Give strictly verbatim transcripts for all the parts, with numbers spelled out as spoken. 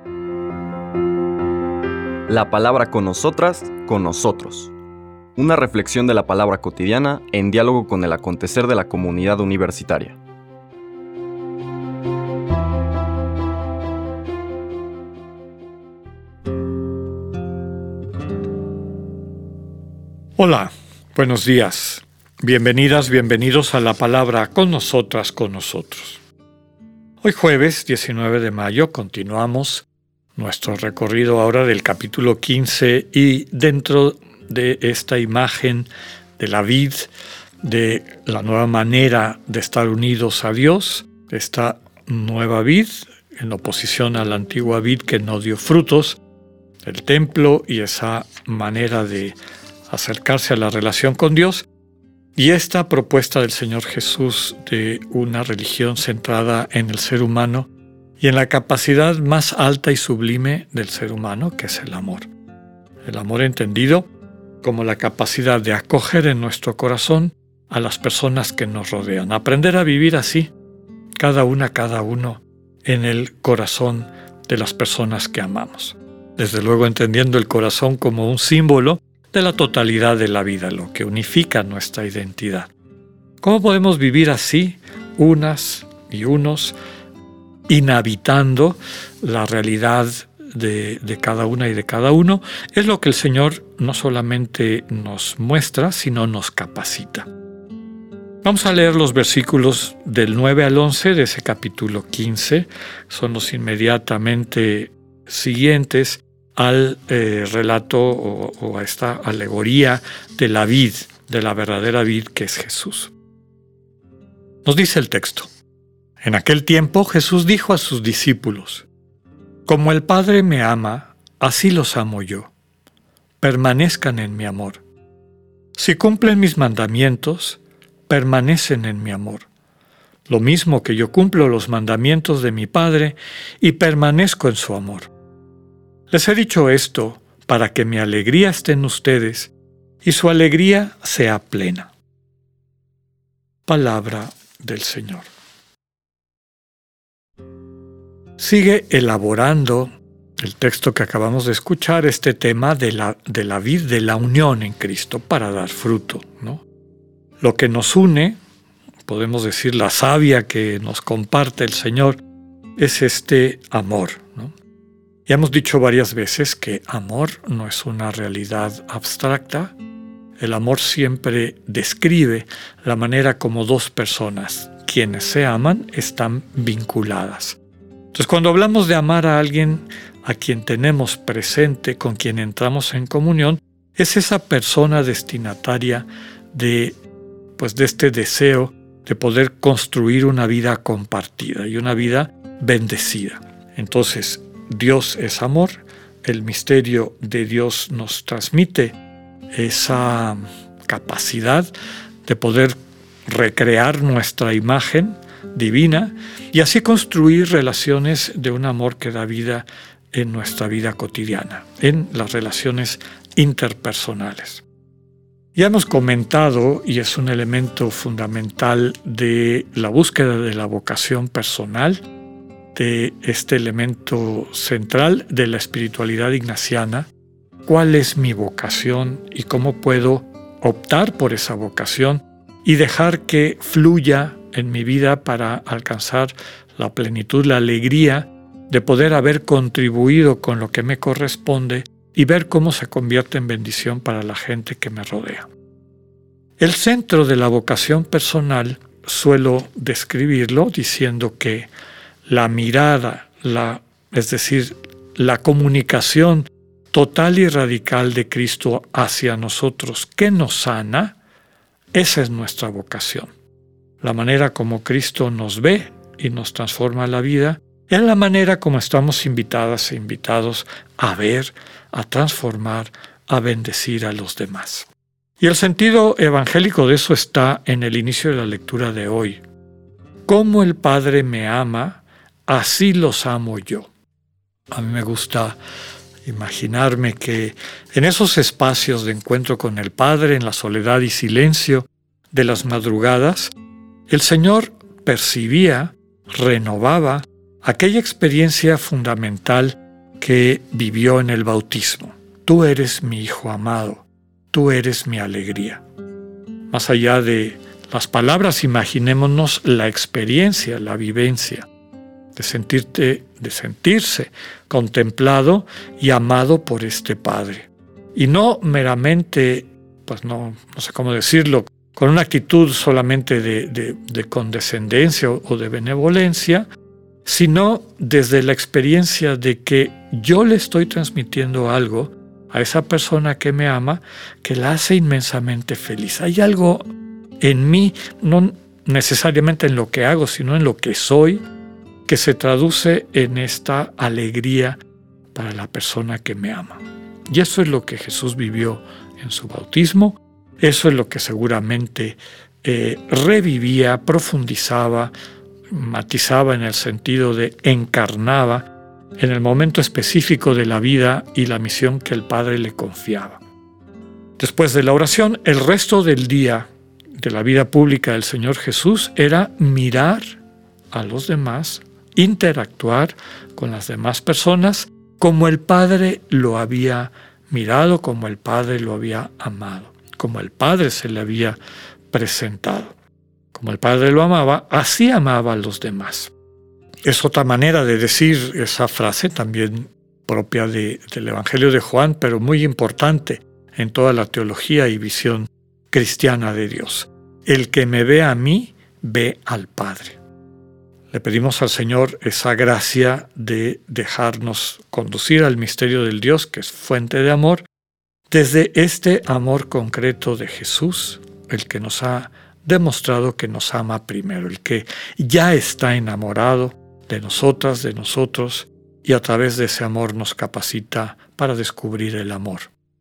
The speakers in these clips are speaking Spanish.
La palabra con nosotras, con nosotros. Una reflexión de la palabra cotidiana en diálogo con el acontecer de la comunidad universitaria. Hola, buenos días. Bienvenidas, bienvenidos a la palabra con nosotras, con nosotros. Hoy jueves diecinueve de mayo continuamos nuestro recorrido ahora del capítulo quince y dentro de esta imagen de la vid, de la nueva manera de estar unidos a Dios, de esta nueva vid en oposición a la antigua vid que no dio frutos, el templo y esa manera de acercarse a la relación con Dios, y esta propuesta del Señor Jesús de una religión centrada en el ser humano y en la capacidad más alta y sublime del ser humano, que es el amor. El amor entendido como la capacidad de acoger en nuestro corazón a las personas que nos rodean. Aprender a vivir así, cada una, cada uno, en el corazón de las personas que amamos. Desde luego entendiendo el corazón como un símbolo de la totalidad de la vida, lo que unifica nuestra identidad. ¿Cómo podemos vivir así, unas y unos, inhabitando la realidad de, de cada una y de cada uno? Es lo que el Señor no solamente nos muestra, sino nos capacita. Vamos a leer los versículos del nueve al once de ese capítulo quince. Son los inmediatamente siguientes al eh, relato o, o a esta alegoría de la vid, de la verdadera vid que es Jesús. Nos dice el texto: En aquel tiempo Jesús dijo a sus discípulos: Como el Padre me ama, así los amo yo. Permanezcan en mi amor. Si cumplen mis mandamientos, permanecen en mi amor. Lo mismo que yo cumplo los mandamientos de mi Padre y permanezco en su amor. Les he dicho esto para que mi alegría esté en ustedes y su alegría sea plena. Palabra del Señor. Sigue elaborando el texto que acabamos de escuchar, este tema de la, de la vid, de la unión en Cristo para dar fruto, ¿no? Lo que nos une, podemos decir la savia que nos comparte el Señor, es este amor, ¿no? Ya hemos dicho varias veces que amor no es una realidad abstracta. El amor siempre describe la manera como dos personas, quienes se aman, están vinculadas. Entonces, cuando hablamos de amar a alguien a quien tenemos presente, con quien entramos en comunión, es esa persona destinataria de, pues, de este deseo de poder construir una vida compartida y una vida bendecida. Entonces, Dios es amor, el misterio de Dios nos transmite esa capacidad de poder recrear nuestra imagen divina y así construir relaciones de un amor que da vida en nuestra vida cotidiana, en las relaciones interpersonales. Ya hemos comentado, y es un elemento fundamental de la búsqueda de la vocación personal, de este elemento central de la espiritualidad ignaciana, cuál es mi vocación y cómo puedo optar por esa vocación y dejar que fluya en mi vida para alcanzar la plenitud, la alegría de poder haber contribuido con lo que me corresponde y ver cómo se convierte en bendición para la gente que me rodea. El centro de la vocación personal suelo describirlo diciendo que la mirada, la, es decir, la comunicación total y radical de Cristo hacia nosotros que nos sana, esa es nuestra vocación. La manera como Cristo nos ve y nos transforma la vida es la manera como estamos invitadas e invitados a ver, a transformar, a bendecir a los demás. Y el sentido evangélico de eso está en el inicio de la lectura de hoy. Como el Padre me ama, así los amo yo. A mí me gusta imaginarme que en esos espacios de encuentro con el Padre, en la soledad y silencio de las madrugadas, el Señor percibía, renovaba aquella experiencia fundamental que vivió en el bautismo. Tú eres mi Hijo amado, tú eres mi alegría. Más allá de las palabras, imaginémonos la experiencia, la vivencia, de sentirte, de sentirse contemplado y amado por este Padre. Y no meramente, pues no, no sé cómo decirlo, con una actitud solamente de, de, de condescendencia o, o de benevolencia, sino desde la experiencia de que yo le estoy transmitiendo algo a esa persona que me ama, que la hace inmensamente feliz. Hay algo en mí, no necesariamente en lo que hago, sino en lo que soy, que se traduce en esta alegría para la persona que me ama. Y eso es lo que Jesús vivió en su bautismo, eso es lo que seguramente eh, revivía, profundizaba, matizaba en el sentido de encarnaba en el momento específico de la vida y la misión que el Padre le confiaba. Después de la oración, el resto del día de la vida pública del Señor Jesús era mirar a los demás, interactuar con las demás personas como el Padre lo había mirado, como el Padre lo había amado, como el Padre se le había presentado. Como el Padre lo amaba, así amaba a los demás. Es otra manera de decir esa frase, también propia de, del Evangelio de Juan, pero muy importante en toda la teología y visión cristiana de Dios. El que me ve a mí, ve al Padre. Le pedimos al Señor esa gracia de dejarnos conducir al misterio del Dios, que es fuente de amor, desde este amor concreto de Jesús, el que nos ha demostrado que nos ama primero, el que ya está enamorado de nosotras, de nosotros, y a través de ese amor nos capacita para descubrir el amor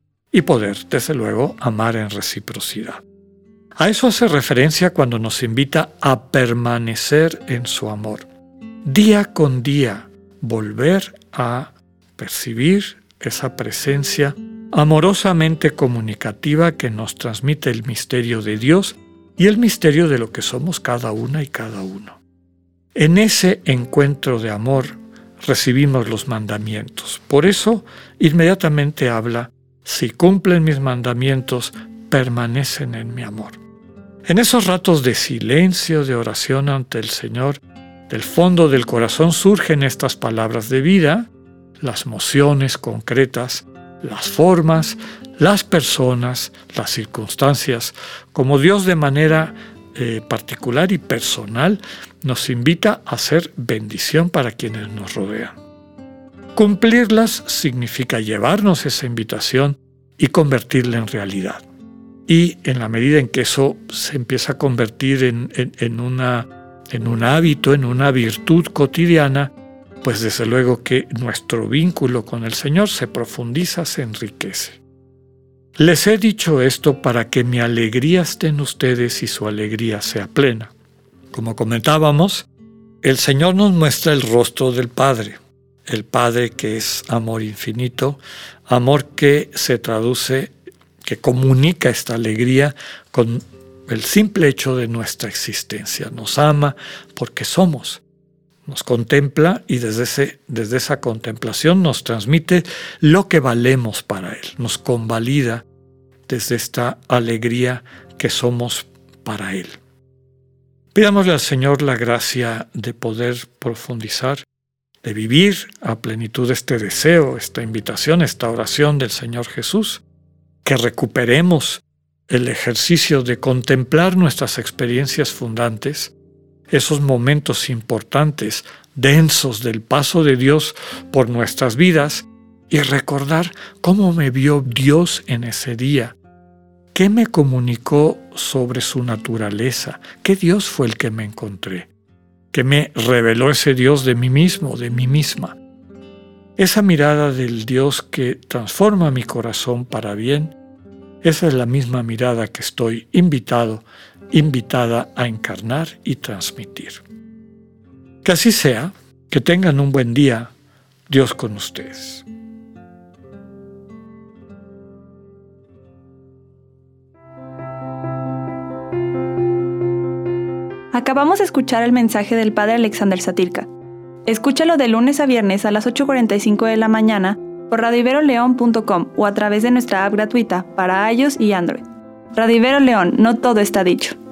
y poder, desde luego, amar en reciprocidad. A eso hace referencia cuando nos invita a permanecer en su amor. Día con día, volver a percibir esa presencia amorosamente comunicativa que nos transmite el misterio de Dios y el misterio de lo que somos cada una y cada uno. En ese encuentro de amor recibimos los mandamientos. Por eso, inmediatamente habla, si cumplen mis mandamientos, permanecen en mi amor. En esos ratos de silencio, de oración ante el Señor, del fondo del corazón surgen estas palabras de vida, las mociones concretas, las formas, las personas, las circunstancias, como Dios de manera eh, particular y personal nos invita a ser bendición para quienes nos rodean. Cumplirlas significa llevarnos esa invitación y convertirla en realidad. Y en la medida en que eso se empieza a convertir en, en, en, una, en un hábito, en una virtud cotidiana, pues desde luego que nuestro vínculo con el Señor se profundiza, se enriquece. Les he dicho esto para que mi alegría esté en ustedes y su alegría sea plena. Como comentábamos, el Señor nos muestra el rostro del Padre, el Padre que es amor infinito, amor que se traduce, que comunica esta alegría con el simple hecho de nuestra existencia. Nos ama porque somos. Nos contempla y desde, ese, desde esa contemplación nos transmite lo que valemos para Él. Nos convalida desde esta alegría que somos para Él. Pidámosle al Señor la gracia de poder profundizar, de vivir a plenitud este deseo, esta invitación, esta oración del Señor Jesús, que recuperemos el ejercicio de contemplar nuestras experiencias fundantes, esos momentos importantes, densos del paso de Dios por nuestras vidas y recordar cómo me vio Dios en ese día, qué me comunicó sobre su naturaleza, qué Dios fue el que me encontré, que me reveló ese Dios de mí mismo, de mí misma. Esa mirada del Dios que transforma mi corazón para bien, esa es la misma mirada que estoy invitado, invitada a encarnar y transmitir. Que así sea, que tengan un buen día, Dios con ustedes. Acabamos de escuchar el mensaje del Padre Alexander Satirka. Escúchalo de lunes a viernes a las ocho cuarenta y cinco de la mañana por radio ibero león punto com o a través de nuestra app gratuita para iOS y Android. Radio Ibero León, no todo está dicho.